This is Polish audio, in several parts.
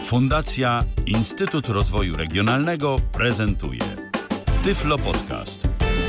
Fundacja Instytut Rozwoju Regionalnego prezentuje Tyflo Podcast.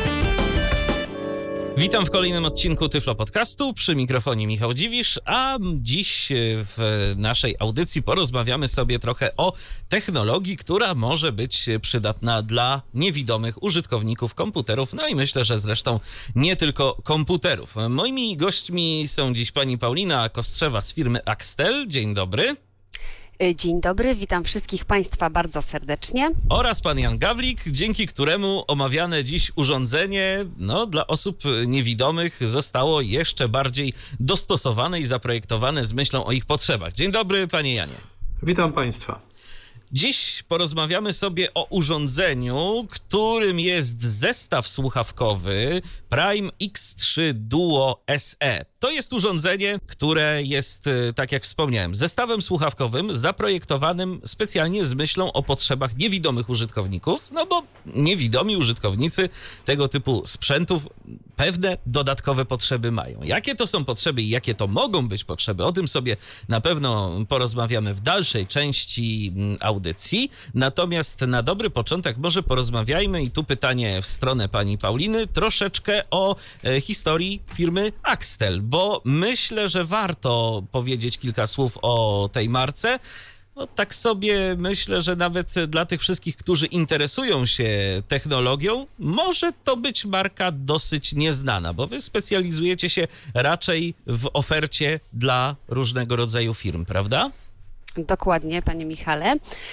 Witam w kolejnym odcinku Tyflo Podcastu, przy mikrofonie Michał Dziwisz, a dziś w naszej audycji porozmawiamy sobie trochę o technologii, która może być przydatna dla niewidomych użytkowników komputerów, no i myślę, że zresztą nie tylko komputerów. Moimi gośćmi są dziś pani Paulina Kostrzewa z firmy Axtel. Dzień dobry. Dzień dobry, witam wszystkich Państwa bardzo serdecznie. Oraz pan Jan Gawlik, dzięki któremu omawiane dziś urządzenie dla osób niewidomych zostało jeszcze bardziej dostosowane i zaprojektowane z myślą o ich potrzebach. Dzień dobry, panie Janie. Witam Państwa. Dziś porozmawiamy sobie o urządzeniu, którym jest zestaw słuchawkowy Prime X3 Duo SE. To jest urządzenie, które jest, tak jak wspomniałem, zestawem słuchawkowym zaprojektowanym specjalnie z myślą o potrzebach niewidomych użytkowników, bo niewidomi użytkownicy tego typu sprzętów pewne dodatkowe potrzeby mają. Jakie to są potrzeby i jakie to mogą być potrzeby, o tym sobie na pewno porozmawiamy w dalszej części audycji. Natomiast na dobry początek może porozmawiajmy, i tu pytanie w stronę pani Pauliny, troszeczkę o historii firmy Axtel, bo myślę, że warto powiedzieć kilka słów o tej marce. Tak sobie myślę, że nawet dla tych wszystkich, którzy interesują się technologią, może to być marka dosyć nieznana, bo wy specjalizujecie się raczej w ofercie dla różnego rodzaju firm, prawda? Dokładnie, panie Michale.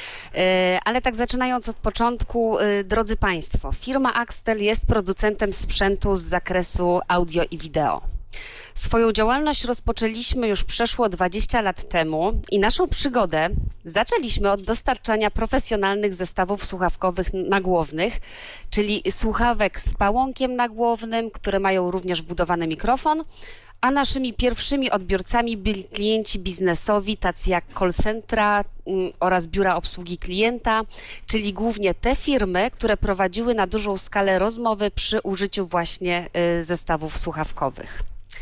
Ale tak zaczynając od początku, drodzy Państwo, firma Axtel jest producentem sprzętu z zakresu audio i wideo. Swoją działalność rozpoczęliśmy już przeszło 20 lat temu i naszą przygodę zaczęliśmy od dostarczania profesjonalnych zestawów słuchawkowych nagłownych, czyli słuchawek z pałąkiem nagłownym, które mają również wbudowany mikrofon, a naszymi pierwszymi odbiorcami byli klienci biznesowi, tacy jak call centra oraz biura obsługi klienta, czyli głównie te firmy, które prowadziły na dużą skalę rozmowy przy użyciu właśnie zestawów słuchawkowych.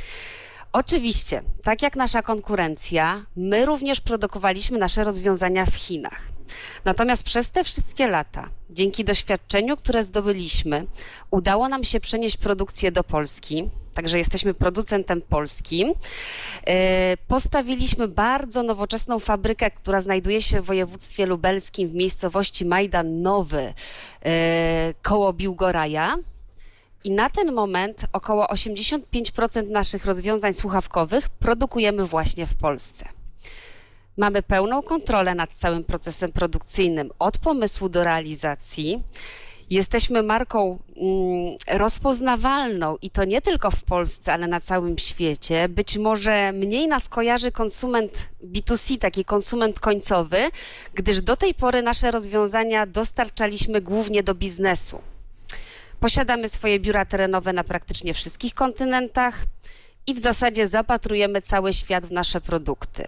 Oczywiście, tak jak nasza konkurencja, my również produkowaliśmy nasze rozwiązania w Chinach. Natomiast przez te wszystkie lata, dzięki doświadczeniu, które zdobyliśmy, udało nam się przenieść produkcję do Polski, także jesteśmy producentem polskim. Postawiliśmy bardzo nowoczesną fabrykę, która znajduje się w województwie lubelskim w miejscowości Majdan Nowy koło Biłgoraja. I na ten moment około 85% naszych rozwiązań słuchawkowych produkujemy właśnie w Polsce. Mamy pełną kontrolę nad całym procesem produkcyjnym od pomysłu do realizacji. Jesteśmy marką rozpoznawalną i to nie tylko w Polsce, ale na całym świecie. Być może mniej nas kojarzy konsument B2C, taki konsument końcowy, gdyż do tej pory nasze rozwiązania dostarczaliśmy głównie do biznesu. Posiadamy swoje biura terenowe na praktycznie wszystkich kontynentach i w zasadzie zapatrujemy cały świat w nasze produkty.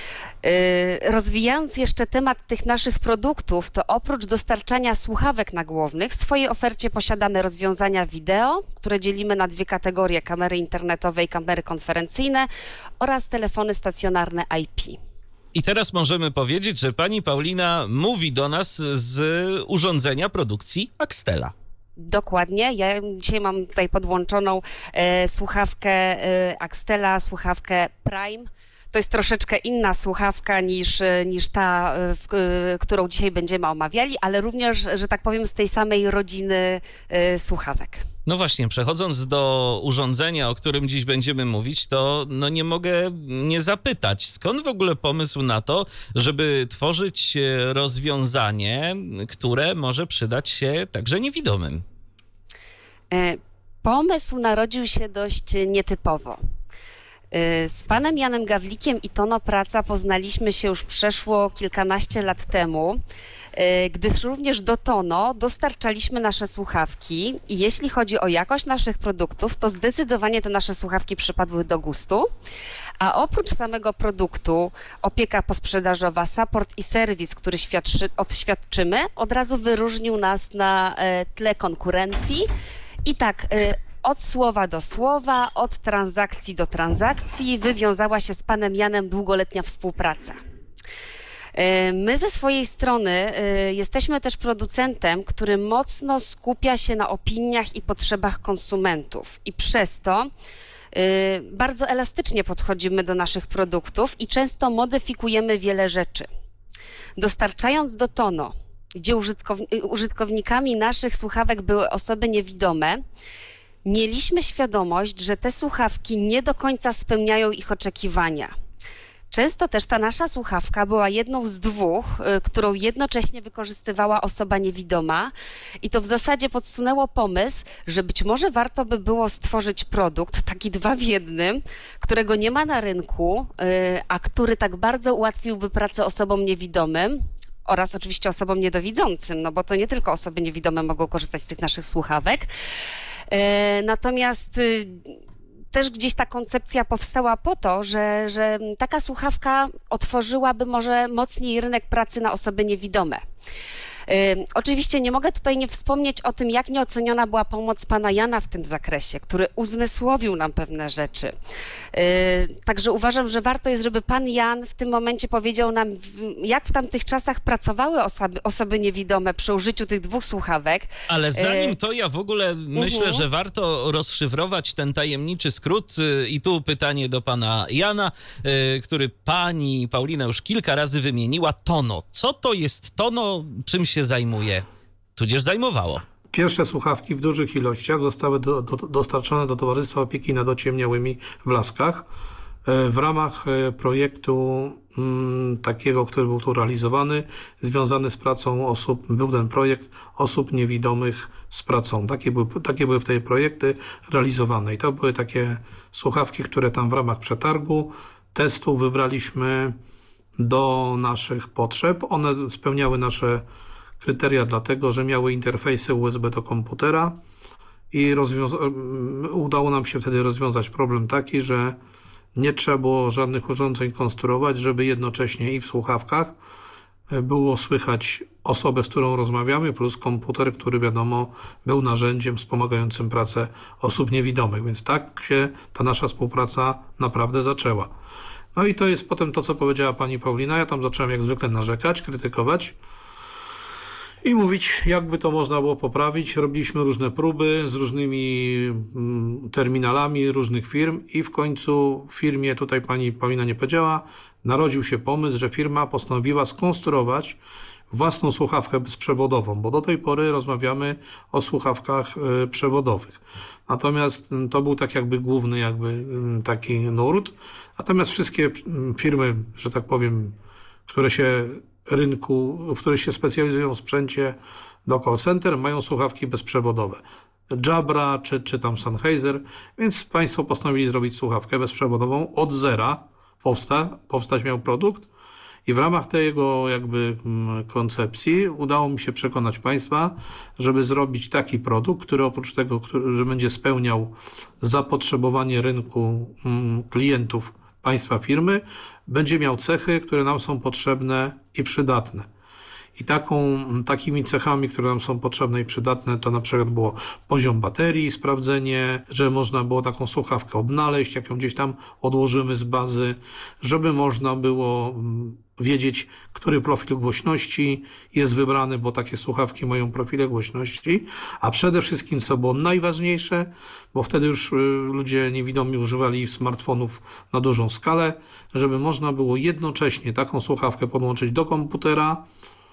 Rozwijając jeszcze temat tych naszych produktów, to oprócz dostarczania słuchawek nagłownych, w swojej ofercie posiadamy rozwiązania wideo, które dzielimy na dwie kategorie: kamery internetowe i kamery konferencyjne oraz telefony stacjonarne IP. I teraz możemy powiedzieć, że pani Paulina mówi do nas z urządzenia produkcji Axtela. Dokładnie. Ja dzisiaj mam tutaj podłączoną słuchawkę Axtela, słuchawkę Prime. To jest troszeczkę inna słuchawka niż ta, którą dzisiaj będziemy omawiali, ale również, że tak powiem, z tej samej rodziny słuchawek. No właśnie, przechodząc do urządzenia, o którym dziś będziemy mówić, to nie mogę nie zapytać, skąd w ogóle pomysł na to, żeby tworzyć rozwiązanie, które może przydać się także niewidomym? Pomysł narodził się dość nietypowo. Z panem Janem Gawlikiem i Tono Praca poznaliśmy się już przeszło kilkanaście lat temu, gdyż również do Tono dostarczaliśmy nasze słuchawki i jeśli chodzi o jakość naszych produktów, to zdecydowanie te nasze słuchawki przypadły do gustu. A oprócz samego produktu, opieka posprzedażowa, support i serwis, który świadczymy, od razu wyróżnił nas na tle konkurencji. I tak, od słowa do słowa, od transakcji do transakcji wywiązała się z panem Janem długoletnia współpraca. My ze swojej strony jesteśmy też producentem, który mocno skupia się na opiniach i potrzebach konsumentów i przez to bardzo elastycznie podchodzimy do naszych produktów i często modyfikujemy wiele rzeczy. Dostarczając do Tono, gdzie użytkownikami naszych słuchawek były osoby niewidome, mieliśmy świadomość, że te słuchawki nie do końca spełniają ich oczekiwania. Często też ta nasza słuchawka była jedną z dwóch, którą jednocześnie wykorzystywała osoba niewidoma i to w zasadzie podsunęło pomysł, że być może warto by było stworzyć produkt, taki 2 w 1, którego nie ma na rynku, a który tak bardzo ułatwiłby pracę osobom niewidomym oraz oczywiście osobom niedowidzącym, no bo to nie tylko osoby niewidome mogą korzystać z tych naszych słuchawek. Natomiast też gdzieś ta koncepcja powstała po to, że taka słuchawka otworzyłaby może mocniej rynek pracy na osoby niewidome. Oczywiście nie mogę tutaj nie wspomnieć o tym, jak nieoceniona była pomoc pana Jana w tym zakresie, który uzmysłowił nam pewne rzeczy. Także uważam, że warto jest, żeby pan Jan w tym momencie powiedział nam, jak w tamtych czasach pracowały osoby niewidome przy użyciu tych 2 słuchawek. Ale zanim to ja w ogóle myślę, że warto rozszyfrować ten tajemniczy skrót i tu pytanie do pana Jana, który pani Paulina już kilka razy wymieniła. Tono. Co to jest Tono? Czym się zajmuje, tudzież zajmowało? Pierwsze słuchawki w dużych ilościach zostały dostarczone do Towarzystwa Opieki nad Ociemniałymi w Laskach w ramach projektu takiego, który był tu realizowany, związany z pracą osób, był ten projekt osób niewidomych z pracą. Takie były wtedy projekty realizowane i to były takie słuchawki, które tam w ramach przetargu, testu wybraliśmy do naszych potrzeb. One spełniały nasze kryteria dlatego, że miały interfejsy USB do komputera i udało nam się wtedy rozwiązać problem taki, że nie trzeba było żadnych urządzeń konstruować, żeby jednocześnie i w słuchawkach było słychać osobę, z którą rozmawiamy, plus komputer, który wiadomo był narzędziem wspomagającym pracę osób niewidomych, więc tak się ta nasza współpraca naprawdę zaczęła. No i to jest potem to, co powiedziała pani Paulina. Ja tam zacząłem jak zwykle narzekać, krytykować i mówić, jakby to można było poprawić. Robiliśmy różne próby z różnymi terminalami różnych firm i w końcu w firmie, tutaj pani Paulina nie powiedziała, narodził się pomysł, że firma postanowiła skonstruować własną słuchawkę bezprzewodową, bo do tej pory rozmawiamy o słuchawkach przewodowych. Natomiast to był tak jakby główny taki nurt. Natomiast wszystkie firmy, że tak powiem, które się specjalizują w sprzęcie do call center, mają słuchawki bezprzewodowe. Jabra czy tam Sennheiser, więc państwo postanowili zrobić słuchawkę bezprzewodową od zera. Powstać miał produkt i w ramach tego koncepcji udało mi się przekonać państwa, żeby zrobić taki produkt, który oprócz tego, że będzie spełniał zapotrzebowanie rynku klientów państwa firmy, będzie miał cechy, które nam są potrzebne i przydatne. I takimi cechami, które nam są potrzebne i przydatne, to na przykład było poziom baterii, sprawdzenie, że można było taką słuchawkę odnaleźć, jak ją gdzieś tam odłożymy z bazy, żeby można było wiedzieć, który profil głośności jest wybrany, bo takie słuchawki mają profile głośności, a przede wszystkim, co było najważniejsze, bo wtedy już ludzie niewidomi używali smartfonów na dużą skalę, żeby można było jednocześnie taką słuchawkę podłączyć do komputera,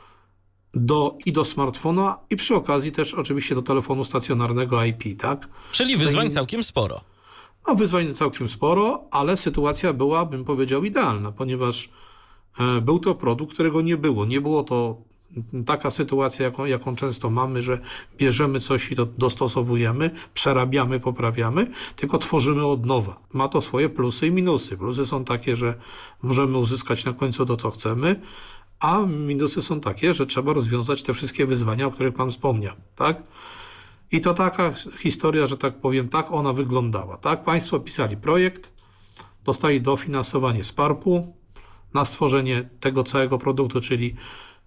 do smartfona i przy okazji też oczywiście do telefonu stacjonarnego IP, tak? Czyli wyzwań całkiem sporo. No wyzwań całkiem sporo, ale sytuacja była, bym powiedział, idealna, ponieważ był to produkt, którego nie było. Nie było to taka sytuacja, jaką często mamy, że bierzemy coś i to dostosowujemy, przerabiamy, poprawiamy, tylko tworzymy od nowa. Ma to swoje plusy i minusy. Plusy są takie, że możemy uzyskać na końcu to, co chcemy, a minusy są takie, że trzeba rozwiązać te wszystkie wyzwania, o których pan wspomniał, tak? I to taka historia, że tak powiem, tak ona wyglądała, tak? Państwo pisali projekt, dostali dofinansowanie z PARP-u na stworzenie tego całego produktu, czyli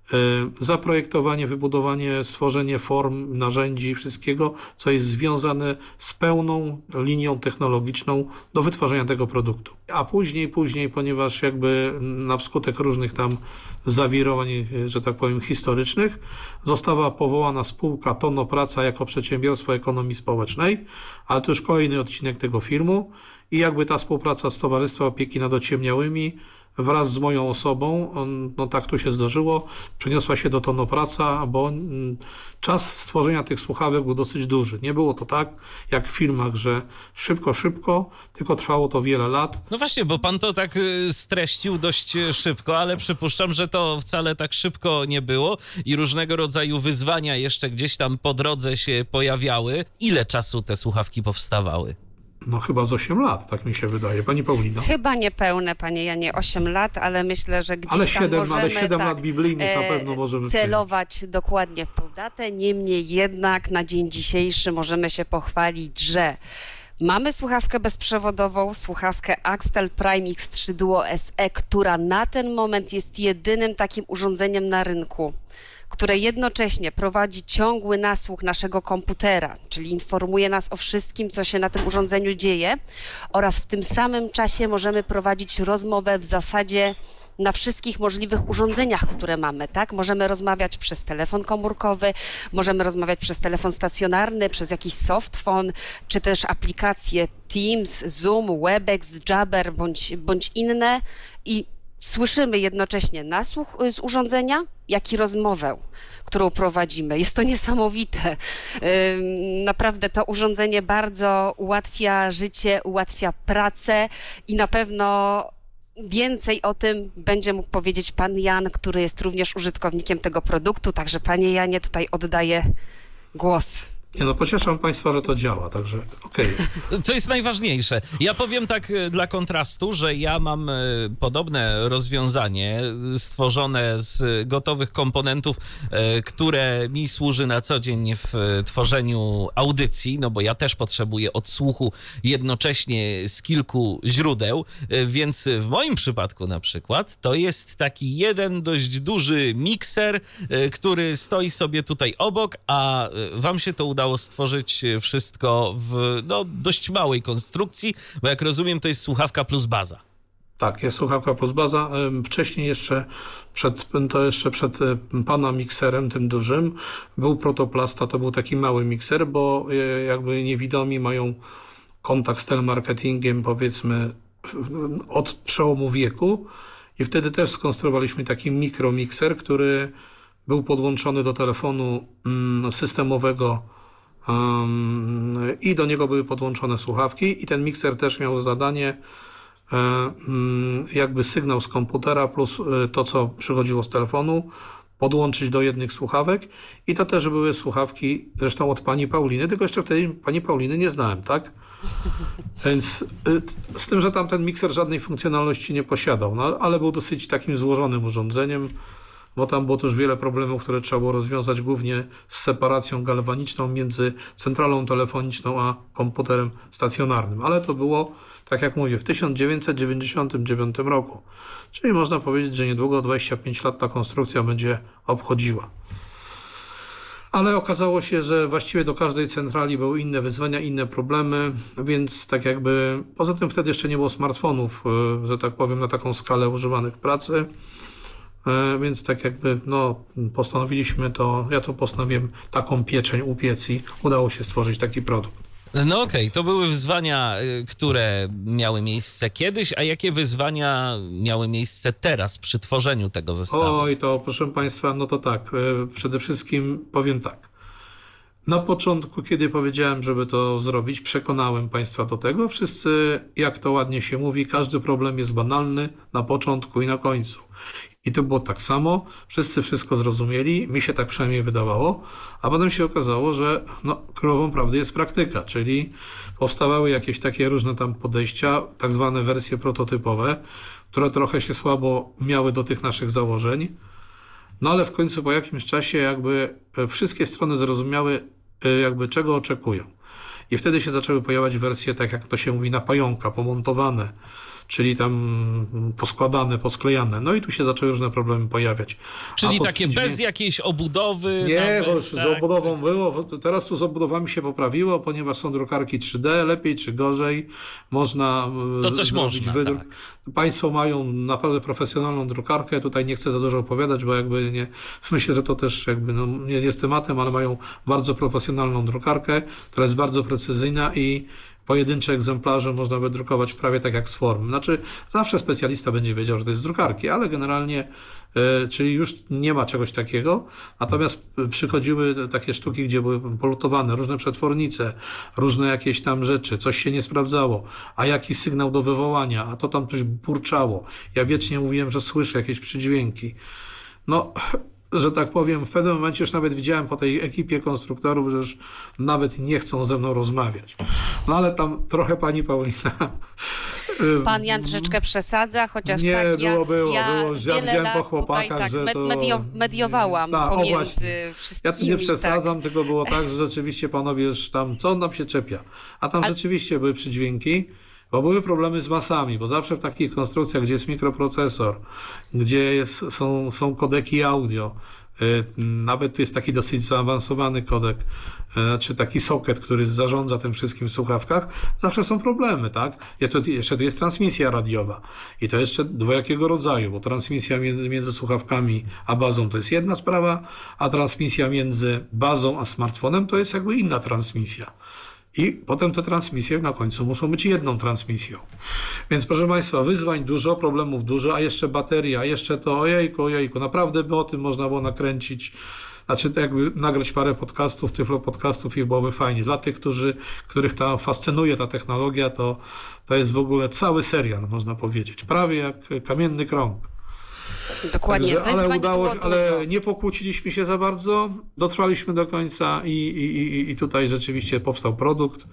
zaprojektowanie, wybudowanie, stworzenie form, narzędzi, wszystkiego, co jest związane z pełną linią technologiczną do wytwarzania tego produktu. A później, ponieważ jakby na wskutek różnych tam zawirowań, że tak powiem, historycznych, została powołana spółka Tonopraca jako przedsiębiorstwo ekonomii społecznej, ale to już kolejny odcinek tego filmu i jakby ta współpraca z Towarzystwem Opieki nad Ociemniałymi wraz z moją osobą, no tak tu się zdarzyło, przeniosła się do Tonopraca, bo czas stworzenia tych słuchawek był dosyć duży. Nie było to tak jak w filmach, że szybko, tylko trwało to wiele lat. No właśnie, bo pan to tak streścił dość szybko, ale przypuszczam, że to wcale tak szybko nie było i różnego rodzaju wyzwania jeszcze gdzieś tam po drodze się pojawiały. Ile czasu te słuchawki powstawały? No chyba z 8 lat, tak mi się wydaje. Pani Paulino? Chyba niepełne, panie Janie, 8 lat, ale myślę, że gdzieś ale tam 7, możemy ale 7 lat biblijnych na pewno możemy celować dokładnie w tą datę. Niemniej jednak na dzień dzisiejszy możemy się pochwalić, że mamy słuchawkę bezprzewodową, słuchawkę Axtel Prime X3 Duo SE, która na ten moment jest jedynym takim urządzeniem na rynku, które jednocześnie prowadzi ciągły nasłuch naszego komputera, czyli informuje nas o wszystkim, co się na tym urządzeniu dzieje, oraz w tym samym czasie możemy prowadzić rozmowę w zasadzie na wszystkich możliwych urządzeniach, które mamy, tak? Możemy rozmawiać przez telefon komórkowy, możemy rozmawiać przez telefon stacjonarny, przez jakiś softphone, czy też aplikacje Teams, Zoom, Webex, Jabber bądź inne i słyszymy jednocześnie nasłuch z urządzenia, jak i rozmowę, którą prowadzimy. Jest to niesamowite. Naprawdę to urządzenie bardzo ułatwia życie, ułatwia pracę i na pewno więcej o tym będzie mógł powiedzieć pan Jan, który jest również użytkownikiem tego produktu. Także panie Janie, tutaj oddaję głos. Nie no, pocieszam państwa, że to działa, także okej. Co jest najważniejsze? Ja powiem tak dla kontrastu, że ja mam podobne rozwiązanie stworzone z gotowych komponentów, które mi służy na co dzień w tworzeniu audycji, no bo ja też potrzebuję odsłuchu jednocześnie z kilku źródeł, więc w moim przypadku na przykład to jest taki jeden dość duży mikser, który stoi sobie tutaj obok, a wam się to udało stworzyć wszystko w dość małej konstrukcji, bo jak rozumiem, to jest słuchawka plus baza. Tak, jest słuchawka plus baza. Wcześniej jeszcze przed pana mikserem, tym dużym, był Protoplasta, to był taki mały mikser, bo jakby niewidomi mają kontakt z telemarketingiem, powiedzmy, od przełomu wieku i wtedy też skonstruowaliśmy taki mikromikser, który był podłączony do telefonu systemowego i do niego były podłączone słuchawki i ten mikser też miał zadanie jakby sygnał z komputera plus to, co przychodziło z telefonu, podłączyć do jednych słuchawek i to też były słuchawki zresztą od pani Pauliny, tylko jeszcze wtedy pani Pauliny nie znałem, tak? Więc z tym, że tamten mikser żadnej funkcjonalności nie posiadał, no, ale był dosyć takim złożonym urządzeniem, bo tam było też wiele problemów, które trzeba było rozwiązać, głównie z separacją galwaniczną między centralą telefoniczną a komputerem stacjonarnym. Ale to było, tak jak mówię, w 1999 roku. Czyli można powiedzieć, że niedługo 25 lat ta konstrukcja będzie obchodziła. Ale okazało się, że właściwie do każdej centrali były inne wyzwania, inne problemy, więc tak jakby, poza tym wtedy jeszcze nie było smartfonów, że tak powiem, na taką skalę używanych w pracy. Więc tak jakby, postanowiliśmy to, ja to postanowiłem taką pieczeń upiec i udało się stworzyć taki produkt. No okej, to były wyzwania, które miały miejsce kiedyś, a jakie wyzwania miały miejsce teraz przy tworzeniu tego zestawu? Oj, to proszę państwa, no to tak, przede wszystkim powiem tak. Na początku, kiedy powiedziałem, żeby to zrobić, przekonałem państwa do tego. Wszyscy, jak to ładnie się mówi, każdy problem jest banalny na początku i na końcu. I to było tak samo, wszyscy wszystko zrozumieli, mi się tak przynajmniej wydawało, a potem się okazało, że królową prawdy jest praktyka, czyli powstawały jakieś takie różne tam podejścia, tak zwane wersje prototypowe, które trochę się słabo miały do tych naszych założeń, no ale w końcu po jakimś czasie jakby wszystkie strony zrozumiały jakby czego oczekują. I wtedy się zaczęły pojawiać wersje, tak jak to się mówi, na pająka, pomontowane, czyli tam poskładane, posklejane. No i tu się zaczęły różne problemy pojawiać. Czyli takie bez jakiejś obudowy? Nie, nawet, bo już tak? z obudową było. Teraz tu z obudowami się poprawiło, ponieważ są drukarki 3D, lepiej czy gorzej. Można To coś zrobić można, wydruk. tak. Państwo mają naprawdę profesjonalną drukarkę. Tutaj nie chcę za dużo opowiadać, bo jakby nie, myślę, że to też jakby nie jest tematem, ale mają bardzo profesjonalną drukarkę, która jest bardzo precyzyjna i pojedyncze egzemplarze można wydrukować prawie tak jak z form. Znaczy, zawsze specjalista będzie wiedział, że to jest z drukarki, ale generalnie, czyli już nie ma czegoś takiego. Natomiast przychodziły takie sztuki, gdzie były polutowane różne przetwornice, różne jakieś tam rzeczy, coś się nie sprawdzało, a jakiś sygnał do wywołania, a to tam coś burczało. Ja wiecznie mówiłem, że słyszę jakieś przydźwięki. No, że tak powiem, w pewnym momencie już nawet widziałem po tej ekipie konstruktorów, że już nawet nie chcą ze mną rozmawiać. No ale tam trochę pani Paulina... Pan Jan troszeczkę przesadza, chociaż nie, tak było. Ja widziałem po chłopakach, tutaj, że to... mediowałam pomiędzy wszystkimi. Ja tu nie przesadzam, tylko było tak, że rzeczywiście panowie już tam, co on nam się czepia? A tam rzeczywiście były przydźwięki, bo były problemy z masami, bo zawsze w takich konstrukcjach, gdzie jest mikroprocesor, gdzie są kodeki audio, nawet tu jest taki dosyć zaawansowany kodek, czy taki socket, który zarządza tym wszystkim w słuchawkach, zawsze są problemy, tak? Jeszcze tu jest transmisja radiowa i to jeszcze dwojakiego rodzaju, bo transmisja między słuchawkami a bazą to jest jedna sprawa, a transmisja między bazą a smartfonem to jest jakby inna transmisja. I potem te transmisje na końcu muszą być jedną transmisją. Więc proszę Państwa, wyzwań dużo, problemów dużo, a jeszcze bateria, a jeszcze to ojejku, naprawdę by o tym można było nakręcić. Znaczy to jakby nagrać parę podcastów, tyflopodcastów i byłoby fajnie. Dla tych, których fascynuje ta technologia, to jest w ogóle cały serial, można powiedzieć. Prawie jak Kamienny Krąg. Dokładnie. Także, ale nie pokłóciliśmy się za bardzo, dotrwaliśmy do końca i tutaj rzeczywiście powstał produkt.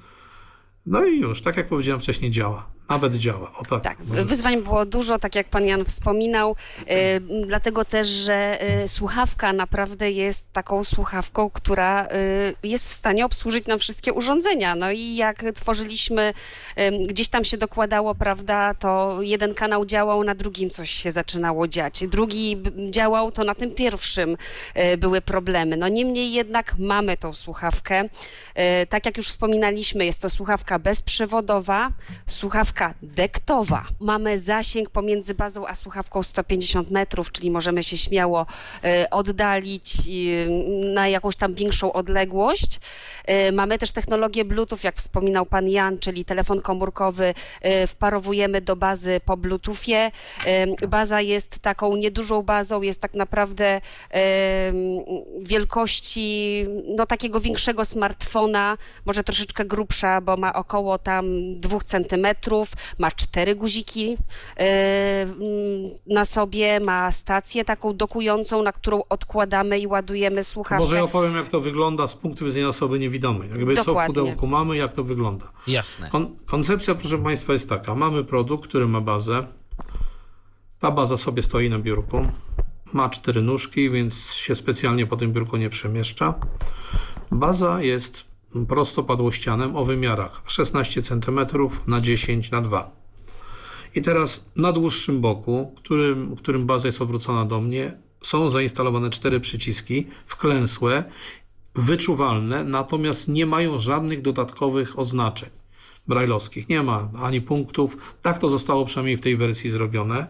No i już, tak jak powiedziałem wcześniej, działa. Nawet działa. O tak. Tak, wyzwań było dużo, tak jak pan Jan wspominał, dlatego też, że słuchawka naprawdę jest taką słuchawką, która jest w stanie obsłużyć nam wszystkie urządzenia. No i jak tworzyliśmy, gdzieś tam się dokładało, prawda, to jeden kanał działał, na drugim coś się zaczynało dziać. Drugi działał, to na tym pierwszym były problemy. No niemniej jednak mamy tą słuchawkę. Tak jak już wspominaliśmy, jest to słuchawka bezprzewodowa, słuchawka dektowa. Mamy zasięg pomiędzy bazą a słuchawką 150 metrów, czyli możemy się śmiało oddalić na jakąś tam większą odległość. Mamy też technologię Bluetooth, jak wspominał pan Jan, czyli telefon komórkowy wparowujemy do bazy po Bluetoothie. Baza jest taką niedużą bazą, jest tak naprawdę wielkości no takiego większego smartfona, może troszeczkę grubsza, bo ma około tam 2 centymetrów, ma 4 guziki na sobie, ma stację taką dokującą, na którą odkładamy i ładujemy słuchawkę. Może ja opowiem, jak to wygląda z punktu widzenia osoby niewidomej. Jakby Dokładnie. Co w pudełku mamy, jak to wygląda. Jasne. Koncepcja, proszę Państwa, jest taka. Mamy produkt, który ma bazę. Ta baza sobie stoi na biurku. Ma 4 nóżki, więc się specjalnie po tym biurku nie przemieszcza. Baza jest prostopadłościanem o wymiarach 16 cm na 10 na 2. I teraz na dłuższym boku, którym baza jest odwrócona do mnie, są zainstalowane 4 przyciski wklęsłe, wyczuwalne, natomiast nie mają żadnych dodatkowych oznaczeń brajlowskich. Nie ma ani punktów. Tak to zostało przynajmniej w tej wersji zrobione.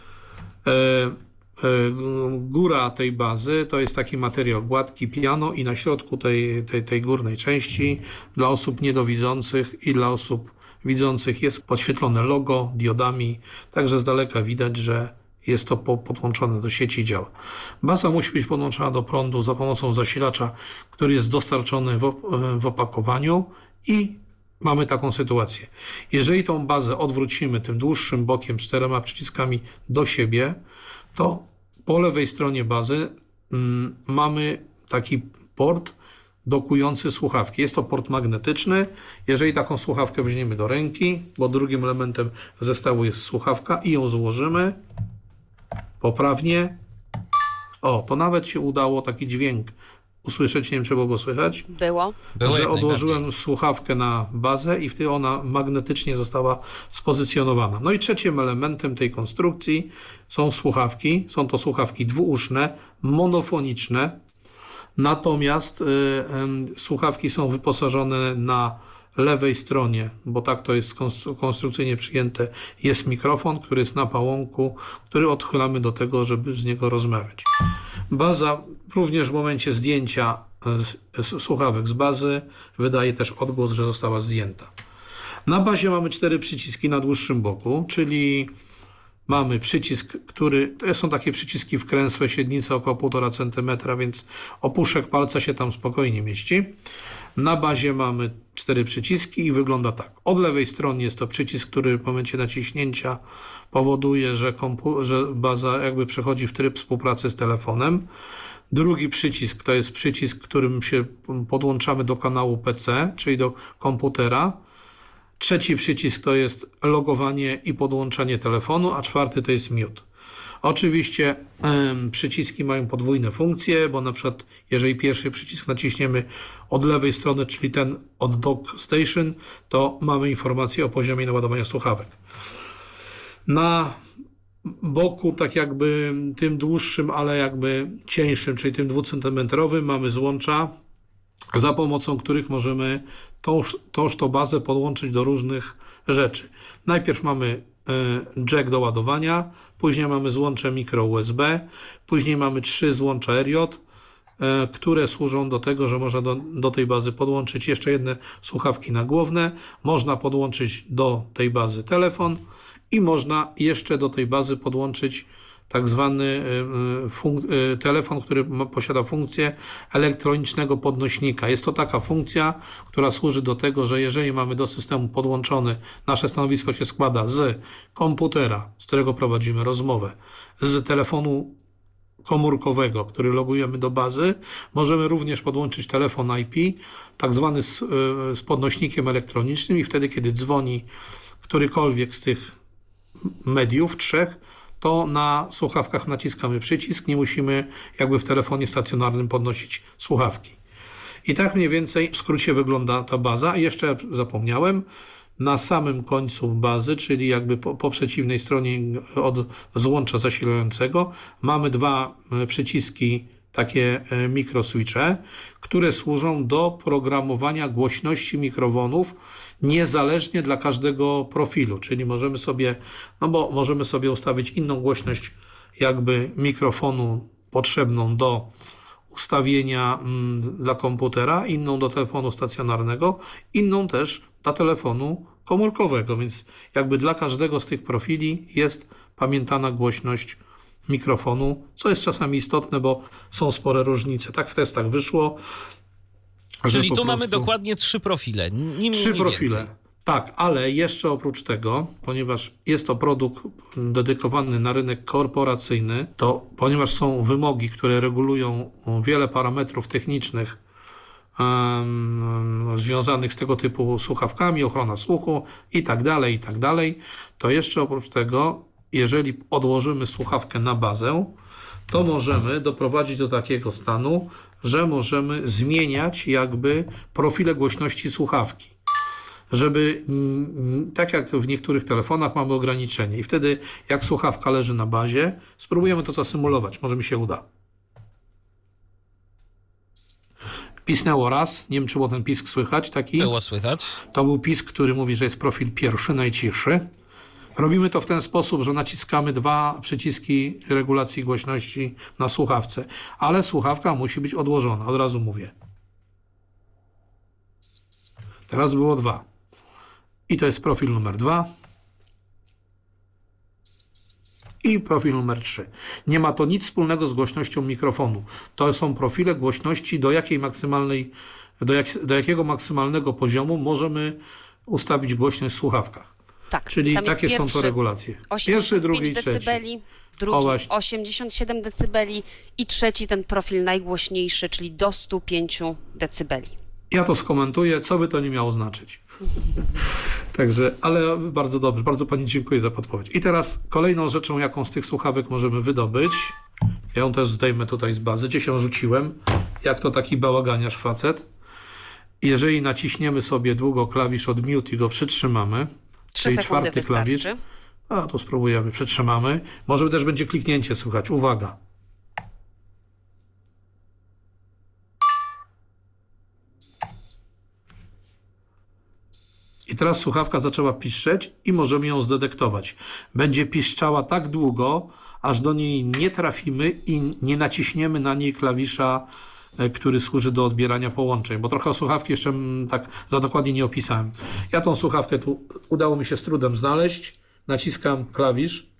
Góra tej bazy to jest taki materiał gładki, piano i na środku tej górnej części dla osób niedowidzących i dla osób widzących jest podświetlone logo diodami, także z daleka widać, że jest to podłączone do sieci i działa. Baza musi być podłączona do prądu za pomocą zasilacza, który jest dostarczony w opakowaniu i mamy taką sytuację. Jeżeli tą bazę odwrócimy tym dłuższym bokiem 4 przyciskami do siebie, to po lewej stronie bazy mamy taki port dokujący słuchawki. Jest to port magnetyczny. Jeżeli taką słuchawkę weźmiemy do ręki, bo drugim elementem zestawu jest słuchawka i ją złożymy poprawnie, to nawet się udało taki dźwięk usłyszeć, nie wiem, czy było go słychać, Było że jak odłożyłem najbardziej. słuchawkę na bazę i wtedy ona magnetycznie została spozycjonowana. No i trzecim elementem tej konstrukcji są słuchawki. Są to słuchawki dwuuszne, monofoniczne, natomiast słuchawki są wyposażone na lewej stronie, bo tak to jest konstrukcyjnie przyjęte, jest mikrofon, który jest na pałąku, który odchylamy do tego, żeby z niego rozmawiać. Baza również w momencie zdjęcia słuchawek z bazy wydaje też odgłos, że została zdjęta. Na bazie mamy 4 przyciski na dłuższym boku, czyli mamy przycisk, to są takie przyciski wkręsłe, średnica około 1,5 cm, więc opuszek palca się tam spokojnie mieści. Na bazie mamy 4 przyciski i wygląda tak. Od lewej strony jest to przycisk, który w momencie naciśnięcia powoduje, że baza jakby przechodzi w tryb współpracy z telefonem. Drugi przycisk to jest przycisk, którym się podłączamy do kanału PC, czyli do komputera. Trzeci przycisk to jest logowanie i podłączanie telefonu, a czwarty to jest mute. Oczywiście przyciski mają podwójne funkcje, bo na przykład jeżeli pierwszy przycisk naciśniemy od lewej strony, czyli ten od Dock Station, to mamy informację o poziomie naładowania słuchawek. Na boku, tak jakby tym dłuższym, ale jakby cieńszym, czyli tym 2-centymetrowym, mamy złącza, za pomocą których możemy tą bazę podłączyć do różnych rzeczy. Najpierw mamy jack do ładowania, później mamy złącze micro USB, później mamy 3 złącza RJ, które służą do tego, że można do tej bazy podłączyć jeszcze jedne słuchawki nagłowne, można podłączyć do tej bazy telefon i można jeszcze do tej bazy podłączyć tak zwany telefon, który posiada funkcję elektronicznego podnośnika. Jest to taka funkcja, która służy do tego, że jeżeli mamy do systemu podłączony, nasze stanowisko się składa z komputera, z którego prowadzimy rozmowę, z telefonu komórkowego, który logujemy do bazy, możemy również podłączyć telefon IP, tak zwany z podnośnikiem elektronicznym i wtedy, kiedy dzwoni którykolwiek z tych mediów, 3, to na słuchawkach naciskamy przycisk, nie musimy jakby w telefonie stacjonarnym podnosić słuchawki. I tak mniej więcej w skrócie wygląda ta baza. I jeszcze zapomniałem, na samym końcu bazy, czyli jakby po przeciwnej stronie od złącza zasilającego, mamy 2 przyciski, takie mikroswitche, które służą do programowania głośności mikrofonów niezależnie dla każdego profilu, czyli możemy sobie ustawić inną głośność jakby mikrofonu potrzebną do ustawienia dla komputera, inną do telefonu stacjonarnego, inną też dla telefonu komórkowego, więc jakby dla każdego z tych profili jest pamiętana głośność mikrofonu, co jest czasami istotne, bo są spore różnice. Tak w testach wyszło. Czyli tu mamy dokładnie 3 profile. 3 profile. Więcej. Tak, ale jeszcze oprócz tego, ponieważ jest to produkt dedykowany na rynek korporacyjny, to ponieważ są wymogi, które regulują wiele parametrów technicznych związanych z tego typu słuchawkami, ochrona słuchu i tak dalej, to jeszcze oprócz tego, jeżeli odłożymy słuchawkę na bazę, to możemy doprowadzić do takiego stanu, że możemy zmieniać jakby profile głośności słuchawki. Żeby, tak jak w niektórych telefonach mamy ograniczenie i wtedy jak słuchawka leży na bazie, spróbujemy to zasymulować, może mi się uda. Pisnęło raz, nie wiem czy było ten pisk słychać taki. Było słychać. To był pisk, który mówi, że jest profil pierwszy, najcichszy. Robimy to w ten sposób, że naciskamy 2 przyciski regulacji głośności na słuchawce, ale słuchawka musi być odłożona, od razu mówię. Teraz było 2. I to jest profil numer 2. I profil numer 3. Nie ma to nic wspólnego z głośnością mikrofonu. To są profile głośności, do jakiego maksymalnego poziomu możemy ustawić głośność w słuchawkach. Tak, czyli takie są to regulacje. Pierwszy, drugi i trzeci. Decybeli, drugi 87 decybeli i trzeci ten profil najgłośniejszy, czyli do 105 decybeli. Ja to skomentuję, co by to nie miało znaczyć. Także, ale bardzo dobrze, bardzo Pani dziękuję za podpowiedź. I teraz kolejną rzeczą, jaką z tych słuchawek możemy wydobyć, ja ją też zdejmę tutaj z bazy, gdzieś ją rzuciłem, jak to taki bałaganiarz facet. Jeżeli naciśniemy sobie długo klawisz od mute i go przytrzymamy, 3 czyli sekundy 4. klawisz, wystarczy. a to spróbujemy, przytrzymamy. Może też będzie kliknięcie słychać. Uwaga. I teraz słuchawka zaczęła piszczeć i możemy ją zdetektować. Będzie piszczała tak długo, aż do niej nie trafimy i nie naciśniemy na niej klawisza, który służy do odbierania połączeń, bo trochę o słuchawki jeszcze tak za dokładnie nie opisałem. Ja tą słuchawkę tu udało mi się z trudem znaleźć. Naciskam klawisz.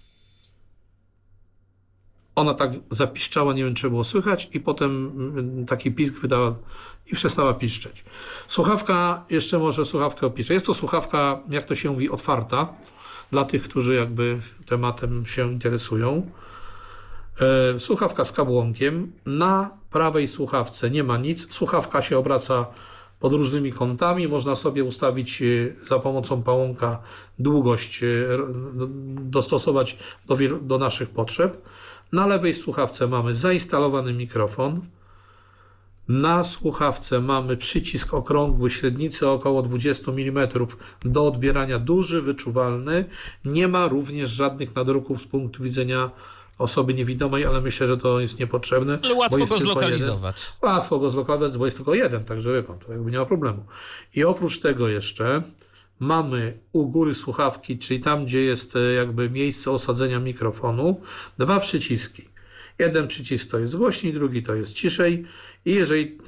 Ona tak zapiszczała, nie wiem czy było słychać i potem taki pisk wydała i przestała piszczeć. Słuchawka, jeszcze może słuchawkę opiszę. Jest to słuchawka, jak to się mówi, otwarta dla tych, którzy jakby tematem się interesują. Słuchawka z kabłonkiem. Na prawej słuchawce nie ma nic. Słuchawka się obraca pod różnymi kątami. Można sobie ustawić za pomocą pałąka długość, dostosować do naszych potrzeb. Na lewej słuchawce mamy zainstalowany mikrofon. Na słuchawce mamy przycisk okrągły średnicy około 20 mm do odbierania, duży, wyczuwalny. Nie ma również żadnych nadruków z punktu widzenia osoby niewidomej, ale myślę, że to jest niepotrzebne. Ale łatwo go zlokalizować. Łatwo go zlokalizować, bo jest tylko jeden, także wie pan, to jakby nie ma problemu. I oprócz tego jeszcze mamy u góry słuchawki, czyli tam, gdzie jest jakby miejsce osadzenia mikrofonu, 2 przyciski. Jeden przycisk to jest głośniej, drugi to jest ciszej. I jeżeli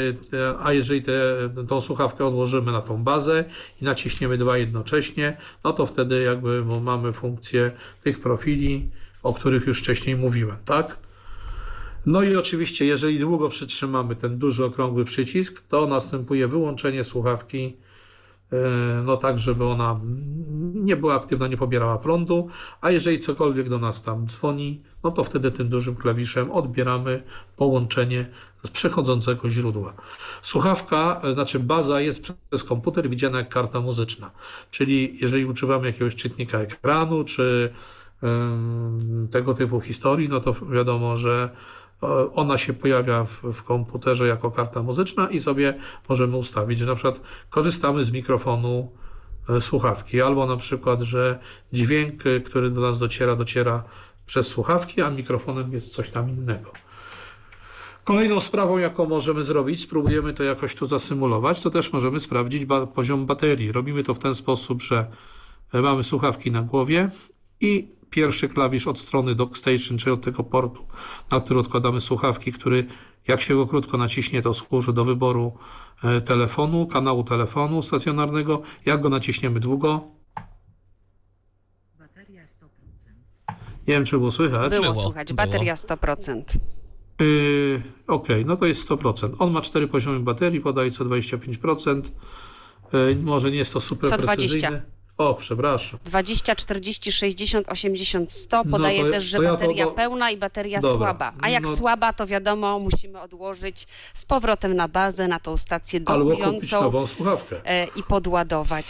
tą słuchawkę odłożymy na tą bazę i naciśniemy 2 jednocześnie, no to wtedy jakby mamy funkcję tych profili, o których już wcześniej mówiłem, tak? No i oczywiście, jeżeli długo przytrzymamy ten duży, okrągły przycisk, to następuje wyłączenie słuchawki, no tak, żeby ona nie była aktywna, nie pobierała prądu, a jeżeli cokolwiek do nas tam dzwoni, no to wtedy tym dużym klawiszem odbieramy połączenie z przechodzącego źródła. Słuchawka, znaczy baza jest przez komputer widziana jak karta muzyczna, czyli jeżeli używamy jakiegoś czytnika ekranu, czy tego typu historii, no to wiadomo, że ona się pojawia w komputerze jako karta muzyczna i sobie możemy ustawić, że na przykład korzystamy z mikrofonu słuchawki, albo na przykład, że dźwięk, który do nas dociera przez słuchawki, a mikrofonem jest coś tam innego. Kolejną sprawą, jaką możemy zrobić, spróbujemy to jakoś tu zasymulować, to też możemy sprawdzić poziom baterii. Robimy to w ten sposób, że mamy słuchawki na głowie i pierwszy klawisz od strony dock station, czyli od tego portu, na który odkładamy słuchawki, który jak się go krótko naciśnie, to służy do wyboru telefonu, kanału telefonu stacjonarnego. Jak go naciśniemy długo? Bateria 100%. Nie wiem, czy było słychać. Było słychać, bateria 100%. Okej, no to jest 100%. On ma 4 poziomy baterii, podaje co 25%. Może nie jest to super Co precyzyjne. 20. O, przepraszam. 20, 40, 60, 80, 100. Podaje też, że bateria pełna i bateria słaba. A jak słaba, to wiadomo, musimy odłożyć z powrotem na bazę, na tą stację albo kupić dokującą nową słuchawkę. I podładować.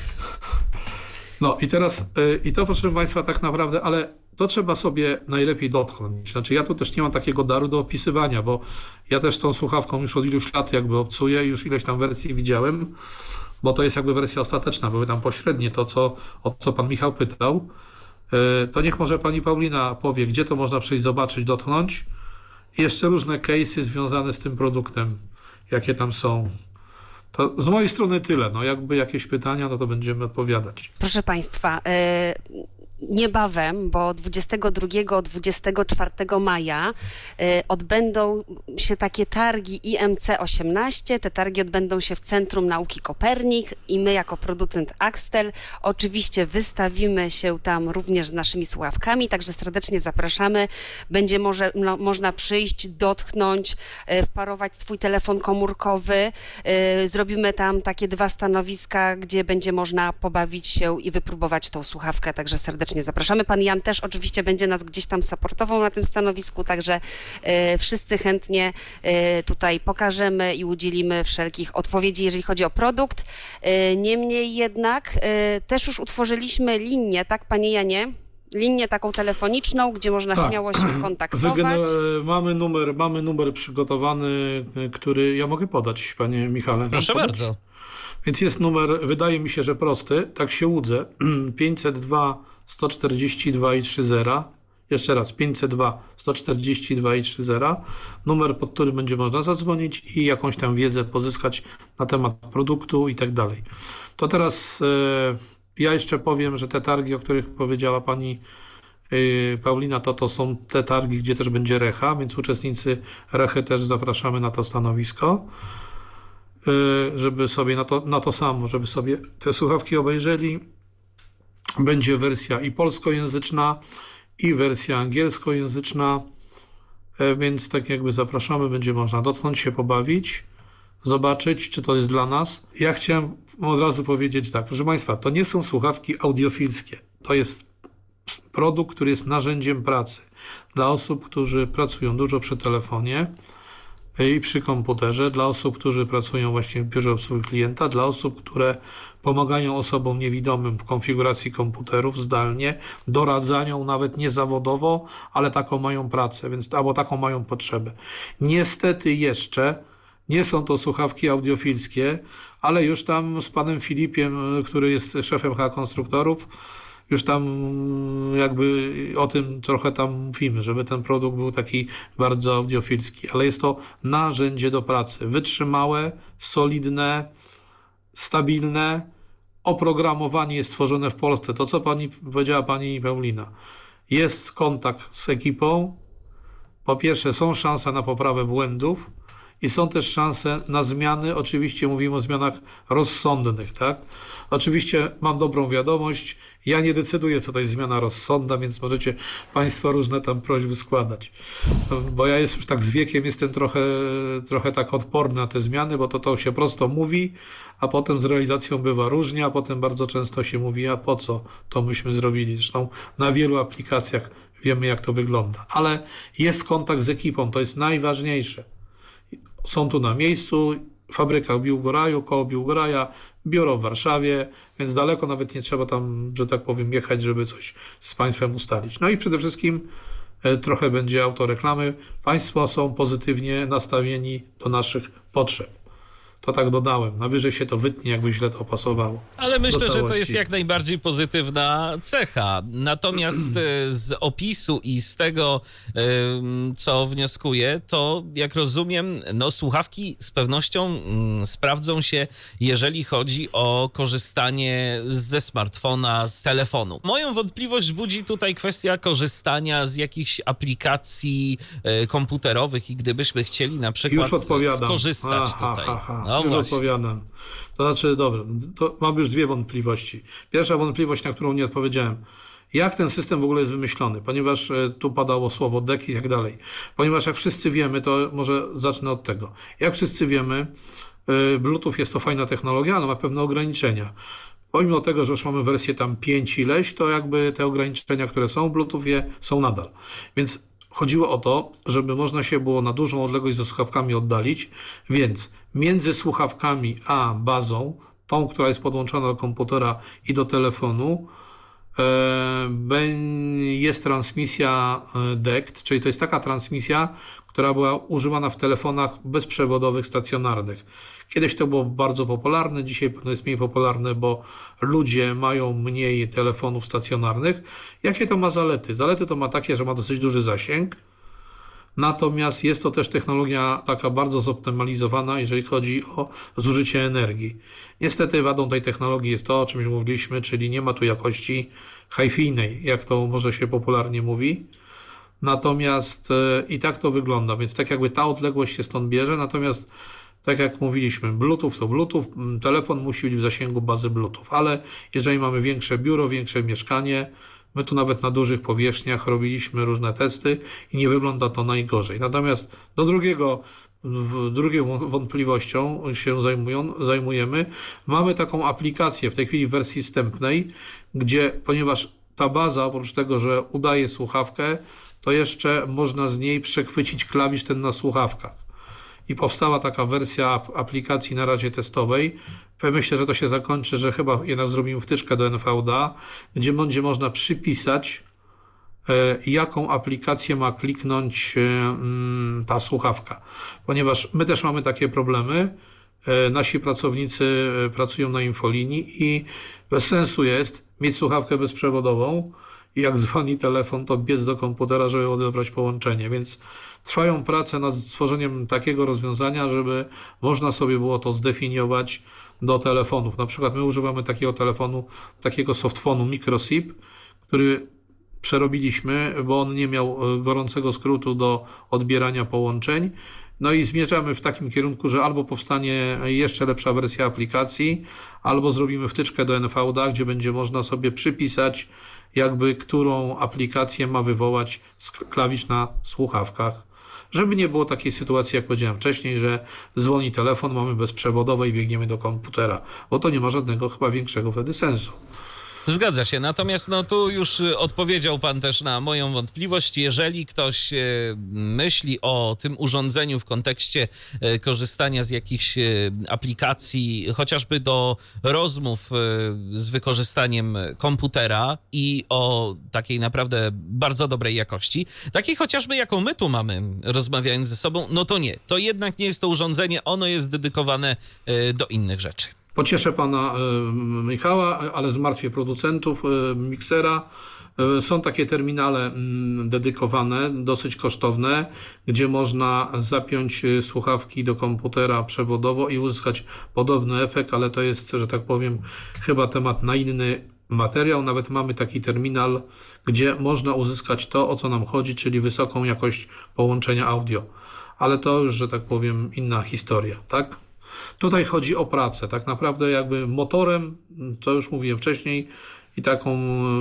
No i teraz, i to proszę Państwa tak naprawdę, ale to trzeba sobie najlepiej dotknąć. Znaczy ja tu też nie mam takiego daru do opisywania, bo ja też z tą słuchawką już od iluś lat jakby obcuję, już ileś tam wersji widziałem, bo to jest jakby wersja ostateczna, były tam pośrednie to, o co pan Michał pytał. To niech może pani Paulina powie, gdzie to można przyjść, zobaczyć, dotknąć. I jeszcze różne case'y związane z tym produktem, jakie tam są. To z mojej strony tyle. No jakby jakieś pytania, no to będziemy odpowiadać. Proszę Państwa, niebawem, bo 22-24 maja odbędą się takie targi IMC 18. Te targi odbędą się w Centrum Nauki Kopernik i my jako producent Axtel oczywiście wystawimy się tam również z naszymi słuchawkami, także serdecznie zapraszamy. Będzie można przyjść, dotknąć, wparować swój telefon komórkowy. Zrobimy tam takie 2 stanowiska, gdzie będzie można pobawić się i wypróbować tą słuchawkę, także serdecznie zapraszamy. Pan Jan też oczywiście będzie nas gdzieś tam supportował na tym stanowisku, także wszyscy chętnie tutaj pokażemy i udzielimy wszelkich odpowiedzi, jeżeli chodzi o produkt. Niemniej jednak też już utworzyliśmy linię, tak Panie Janie? linię taką telefoniczną, gdzie można śmiało się kontaktować. Mamy numer przygotowany, który ja mogę podać, panie Michale. Proszę bardzo. Więc jest numer, wydaje mi się, że prosty, tak się łudzę, 502 142 i 30. Jeszcze raz, 502 142 i 30. Numer, pod który będzie można zadzwonić i jakąś tam wiedzę pozyskać na temat produktu i tak dalej. To teraz ja jeszcze powiem, że te targi, o których powiedziała pani Paulina, to są te targi, gdzie też będzie Recha, więc uczestnicy Rechy też zapraszamy na to stanowisko, żeby sobie na to samo, żeby sobie te słuchawki obejrzeli. Będzie wersja i polskojęzyczna, i wersja angielskojęzyczna, więc tak jakby zapraszamy, będzie można dotknąć się, pobawić, zobaczyć, czy to jest dla nas. Ja chciałem od razu powiedzieć tak, proszę Państwa, to nie są słuchawki audiofilskie, to jest produkt, który jest narzędziem pracy dla osób, którzy pracują dużo przy telefonie i przy komputerze, dla osób, którzy pracują właśnie w biurze obsługi klienta, dla osób, które pomagają osobom niewidomym w konfiguracji komputerów zdalnie, doradzają nawet nie zawodowo, ale taką mają pracę, więc albo taką mają potrzebę. Niestety jeszcze nie są to słuchawki audiofilskie, ale już tam z panem Filipiem, który jest szefem Konstruktorów, już tam jakby o tym trochę tam mówimy, żeby ten produkt był taki bardzo audiofilski, ale jest to narzędzie do pracy, wytrzymałe, solidne, stabilne, oprogramowanie jest stworzone w Polsce. To, co powiedziała pani Paulina. Jest kontakt z ekipą. Po pierwsze, są szanse na poprawę błędów i są też szanse na zmiany. Oczywiście mówimy o zmianach rozsądnych, tak? Oczywiście mam dobrą wiadomość. Ja nie decyduję, co to jest zmiana rozsądna, więc możecie Państwo różne tam prośby składać. Bo ja już tak z wiekiem jestem trochę tak odporny na te zmiany, bo to się prosto mówi, a potem z realizacją bywa różnie, a potem bardzo często się mówi, a po co to myśmy zrobili. Zresztą na wielu aplikacjach wiemy, jak to wygląda. Ale jest kontakt z ekipą, to jest najważniejsze. Są tu na miejscu, fabryka w Biłgoraju, koło Biłgoraja, biuro w Warszawie, więc daleko nawet nie trzeba tam, że tak powiem, jechać, żeby coś z Państwem ustalić. No i przede wszystkim trochę będzie autoreklamy. Państwo są pozytywnie nastawieni do naszych potrzeb. To tak dodałem. Na wyżej się to wytnie, jakby źle to pasowało. Ale myślę, że to jest jak najbardziej pozytywna cecha. Natomiast z opisu i z tego, co wnioskuję, to jak rozumiem, no słuchawki z pewnością sprawdzą się, jeżeli chodzi o korzystanie ze smartfona, z telefonu. Moją wątpliwość budzi tutaj kwestia korzystania z jakichś aplikacji komputerowych i gdybyśmy chcieli na przykład skorzystać tutaj. No już odpowiadam. To znaczy, dobra, to mam już dwie wątpliwości. Pierwsza wątpliwość, na którą nie odpowiedziałem. Jak ten system w ogóle jest wymyślony? Ponieważ tu padało słowo DEC i tak dalej. Ponieważ jak wszyscy wiemy, to może zacznę od tego. Jak wszyscy wiemy, Bluetooth jest to fajna technologia, ale ma pewne ograniczenia. Pomimo tego, że już mamy wersję tam 5 ileś, to jakby te ograniczenia, które są w Bluetoothie, są nadal. Więc chodziło o to, żeby można się było na dużą odległość ze słuchawkami oddalić, więc między słuchawkami a bazą, tą, która jest podłączona do komputera i do telefonu, jest transmisja DECT, czyli to jest taka transmisja, która była używana w telefonach bezprzewodowych, stacjonarnych. Kiedyś to było bardzo popularne, dzisiaj to jest mniej popularne, bo ludzie mają mniej telefonów stacjonarnych. Jakie to ma zalety? Zalety to ma takie, że ma dosyć duży zasięg, natomiast jest to też technologia taka bardzo zoptymalizowana, jeżeli chodzi o zużycie energii. Niestety wadą tej technologii jest to, o czym mówiliśmy, czyli nie ma tu jakości hi-fi-nej, jak to może się popularnie mówi. Natomiast i tak to wygląda, więc tak jakby ta odległość się stąd bierze, natomiast tak jak mówiliśmy, Bluetooth to Bluetooth, telefon musi być w zasięgu bazy Bluetooth, ale jeżeli mamy większe biuro, większe mieszkanie, my tu nawet na dużych powierzchniach robiliśmy różne testy i nie wygląda to najgorzej. Natomiast drugą wątpliwością się zajmujemy. Mamy taką aplikację w tej chwili w wersji wstępnej, gdzie ponieważ ta baza, oprócz tego, że udaje słuchawkę, to jeszcze można z niej przechwycić klawisz ten na słuchawkach. I powstała taka wersja aplikacji na razie testowej. Myślę, że to się zakończy, że chyba jednak zrobimy wtyczkę do NVDA, gdzie będzie można przypisać jaką aplikację ma kliknąć ta słuchawka. Ponieważ my też mamy takie problemy. Nasi pracownicy pracują na infolinii i bez sensu jest mieć słuchawkę bezprzewodową i jak dzwoni telefon, to biec do komputera, żeby odebrać połączenie. Więc trwają prace nad stworzeniem takiego rozwiązania, żeby można sobie było to zdefiniować do telefonów. Na przykład my używamy takiego telefonu, takiego softfonu microSIP, który przerobiliśmy, bo on nie miał gorącego skrótu do odbierania połączeń. No i zmierzamy w takim kierunku, że albo powstanie jeszcze lepsza wersja aplikacji, albo zrobimy wtyczkę do NVDA, gdzie będzie można sobie przypisać, jakby którą aplikację ma wywołać z klawisz na słuchawkach. Żeby nie było takiej sytuacji, jak powiedziałem wcześniej, że dzwoni telefon, mamy bezprzewodowe i biegniemy do komputera, bo to nie ma żadnego chyba większego wtedy sensu. Zgadza się, natomiast no tu już odpowiedział pan też na moją wątpliwość. Jeżeli ktoś myśli o tym urządzeniu w kontekście korzystania z jakichś aplikacji, chociażby do rozmów z wykorzystaniem komputera i o takiej naprawdę bardzo dobrej jakości, takiej chociażby jaką my tu mamy, rozmawiając ze sobą, no to nie. To jednak nie jest to urządzenie, ono jest dedykowane do innych rzeczy. Pocieszę pana Michała, ale zmartwię producentów miksera. Są takie terminale dedykowane, dosyć kosztowne, gdzie można zapiąć słuchawki do komputera przewodowo i uzyskać podobny efekt, ale to jest, że tak powiem, chyba temat na inny materiał. Nawet mamy taki terminal, gdzie można uzyskać to, o co nam chodzi, czyli wysoką jakość połączenia audio. Ale to już, że tak powiem, inna historia, tak? Tutaj chodzi o pracę. Tak naprawdę jakby motorem, co już mówiłem wcześniej, i taką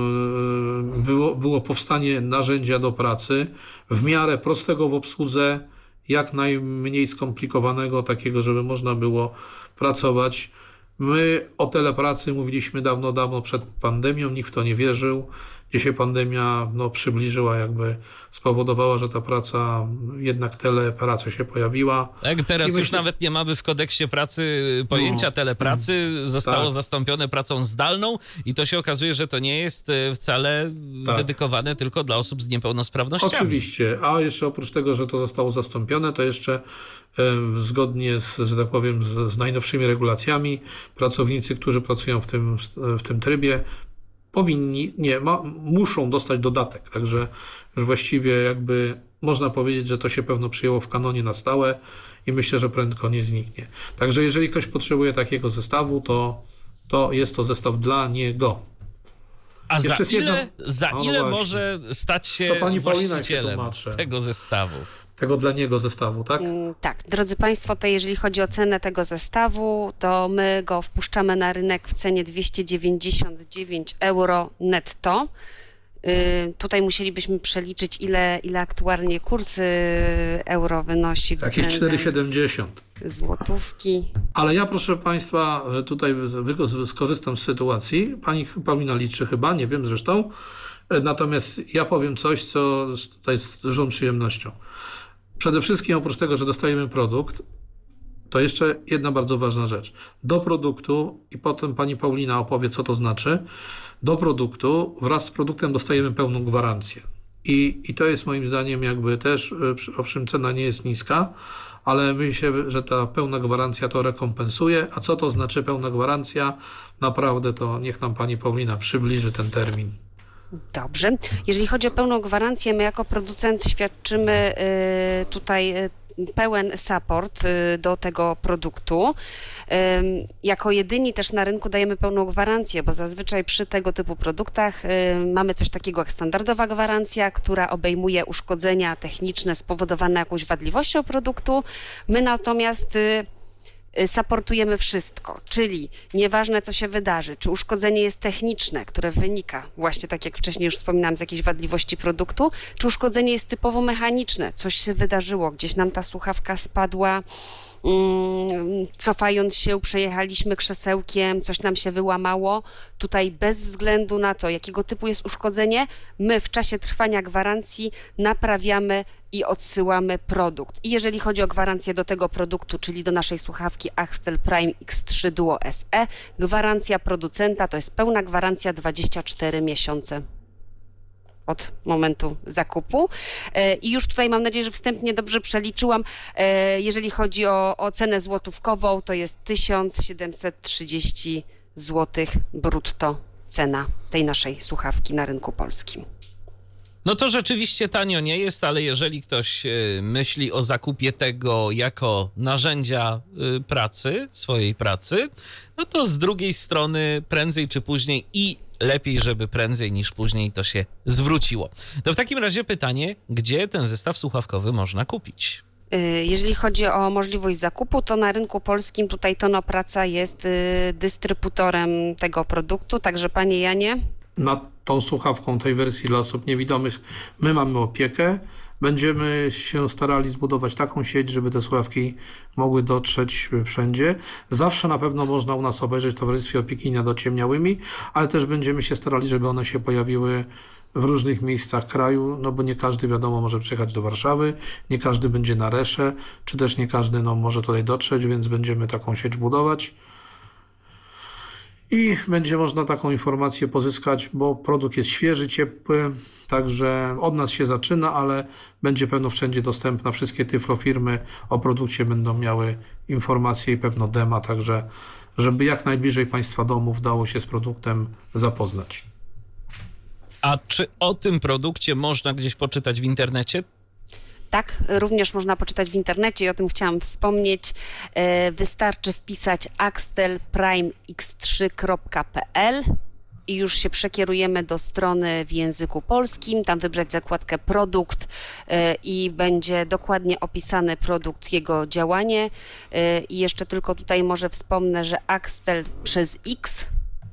było powstanie narzędzia do pracy w miarę prostego w obsłudze, jak najmniej skomplikowanego, takiego, żeby można było pracować. My o telepracy mówiliśmy dawno przed pandemią, nikt w to nie wierzył. Dzisiaj pandemia przybliżyła, jakby spowodowała, że ta praca, jednak telepraca się pojawiła. Tak, teraz już nawet nie mamy w kodeksie pracy pojęcia telepracy, zostało zastąpione pracą zdalną i to się okazuje, że to nie jest wcale dedykowane tylko dla osób z niepełnosprawnościami. Oczywiście, a jeszcze oprócz tego, że to zostało zastąpione, to jeszcze zgodnie z, że tak powiem, z najnowszymi regulacjami pracownicy, którzy pracują w tym trybie, muszą dostać dodatek, także już właściwie jakby można powiedzieć, że to się pewno przyjęło w kanonie na stałe i myślę, że prędko nie zniknie. Także jeżeli ktoś potrzebuje takiego zestawu, to jest to zestaw dla niego. A za ile może stać się właścicielem tego zestawu? Tego dla niego zestawu, tak? Tak, drodzy Państwo, to jeżeli chodzi o cenę tego zestawu, to my go wpuszczamy na rynek w cenie 299 euro netto. Tutaj musielibyśmy przeliczyć, ile aktualnie kurs euro wynosi względem... Jakieś 4,70 złotówki. Ale ja, proszę Państwa, tutaj skorzystam z sytuacji. Pani Paulina liczy chyba, nie wiem zresztą. Natomiast ja powiem coś, co tutaj z dużą przyjemnością. Przede wszystkim oprócz tego, że dostajemy produkt, to jeszcze jedna bardzo ważna rzecz. Do produktu, i potem pani Paulina opowie, co to znaczy, do produktu wraz z produktem dostajemy pełną gwarancję. I to jest moim zdaniem jakby też, owszem, cena nie jest niska, ale myślę, że ta pełna gwarancja to rekompensuje. A co to znaczy pełna gwarancja? Naprawdę to niech nam pani Paulina przybliży ten termin. Dobrze. Jeżeli chodzi o pełną gwarancję, my jako producent świadczymy tutaj pełen support do tego produktu. Jako jedyni też na rynku dajemy pełną gwarancję, bo zazwyczaj przy tego typu produktach mamy coś takiego jak standardowa gwarancja, która obejmuje uszkodzenia techniczne spowodowane jakąś wadliwością produktu. My natomiast supportujemy wszystko, czyli nieważne co się wydarzy, czy uszkodzenie jest techniczne, które wynika właśnie tak jak wcześniej już wspominałam z jakiejś wadliwości produktu, czy uszkodzenie jest typowo mechaniczne, coś się wydarzyło, gdzieś nam ta słuchawka spadła, cofając się przejechaliśmy krzesełkiem, coś nam się wyłamało, tutaj bez względu na to jakiego typu jest uszkodzenie, my w czasie trwania gwarancji naprawiamy i odsyłamy produkt. I jeżeli chodzi o gwarancję do tego produktu, czyli do naszej słuchawki Axtel Prime X3 Duo SE, gwarancja producenta to jest pełna gwarancja 24 miesiące. od momentu zakupu. I już tutaj mam nadzieję, że wstępnie dobrze przeliczyłam. Jeżeli chodzi o cenę złotówkową, to jest 1730 zł brutto cena tej naszej słuchawki na rynku polskim. No to rzeczywiście tanio nie jest, ale jeżeli ktoś myśli o zakupie tego jako narzędzia pracy, swojej pracy, no to z drugiej strony prędzej czy później i lepiej, żeby prędzej niż później to się zwróciło. To w takim razie pytanie, gdzie ten zestaw słuchawkowy można kupić? Jeżeli chodzi o możliwość zakupu, to na rynku polskim tutaj Tonopraca jest dystrybutorem tego produktu, także panie Janie. Nad tą słuchawką tej wersji dla osób niewidomych my mamy opiekę. Będziemy się starali zbudować taką sieć, żeby te słuchawki mogły dotrzeć wszędzie. Zawsze na pewno można u nas obejrzeć w Towarzystwie Opieki nad Ociemniałymi, ale też będziemy się starali, żeby one się pojawiły w różnych miejscach kraju, no bo nie każdy, wiadomo, może przyjechać do Warszawy, nie każdy będzie na Resze, czy też nie każdy może tutaj dotrzeć, więc będziemy taką sieć budować. I będzie można taką informację pozyskać, bo produkt jest świeży, ciepły, także od nas się zaczyna, ale będzie pewno wszędzie dostępna. Wszystkie tyflofirmy o produkcie będą miały informacje i pewno dema, także żeby jak najbliżej Państwa domów dało się z produktem zapoznać. A czy o tym produkcie można gdzieś poczytać w internecie? Tak, również można poczytać w internecie i o tym chciałam wspomnieć. Wystarczy wpisać axtelprimex3.pl i już się przekierujemy do strony w języku polskim, tam wybrać zakładkę produkt i będzie dokładnie opisany produkt, jego działanie. I jeszcze tylko tutaj może wspomnę, że Axtel przez X,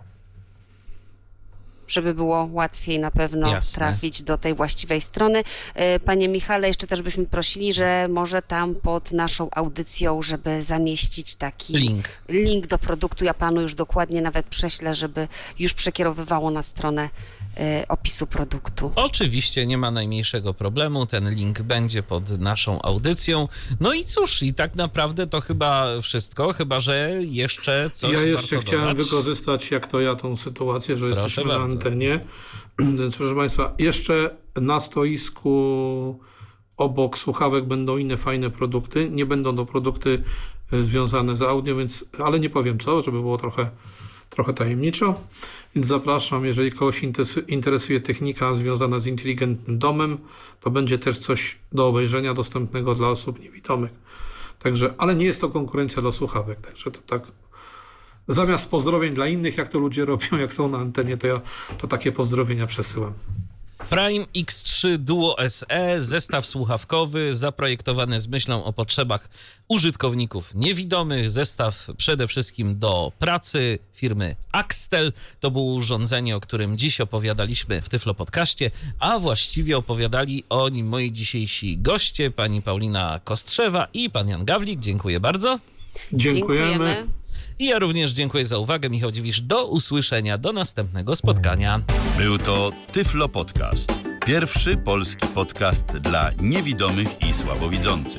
żeby było łatwiej na pewno trafić do tej właściwej strony. Panie Michale, jeszcze też byśmy prosili, że może tam pod naszą audycją, żeby zamieścić taki link do produktu. Ja panu już dokładnie nawet prześlę, żeby już przekierowywało na stronę opisu produktu. Oczywiście, nie ma najmniejszego problemu, ten link będzie pod naszą audycją. No i cóż, i tak naprawdę to chyba wszystko, chyba że jeszcze coś Ja jeszcze warto chciałem dodać. wykorzystać, jak to ja, tą sytuację, że jesteśmy na antenie. Więc proszę Państwa, jeszcze na stoisku obok słuchawek będą inne fajne produkty. Nie będą to produkty związane z audio, więc, ale nie powiem co, żeby było trochę tajemniczo. Więc zapraszam, jeżeli kogoś interesuje technika związana z inteligentnym domem, to będzie też coś do obejrzenia dostępnego dla osób niewidomych. Także, ale nie jest to konkurencja dla słuchawek, także to tak zamiast pozdrowień dla innych, jak to ludzie robią, jak są na antenie, to ja to takie pozdrowienia przesyłam. Prime X3 Duo SE, zestaw słuchawkowy zaprojektowany z myślą o potrzebach użytkowników niewidomych, zestaw przede wszystkim do pracy firmy Axtel. To było urządzenie, o którym dziś opowiadaliśmy w Tyflo Podcaście, a właściwie opowiadali o nim moi dzisiejsi goście, pani Paulina Kostrzewa i pan Jan Gawlik. Dziękuję bardzo. Dziękujemy. I ja również dziękuję za uwagę. Michał Dziwisz, do usłyszenia, do następnego spotkania. Był to Tyflo Podcast. Pierwszy polski podcast dla niewidomych i słabowidzących.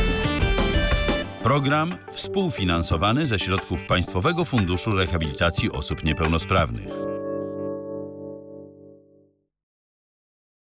Program współfinansowany ze środków Państwowego Funduszu Rehabilitacji Osób Niepełnosprawnych.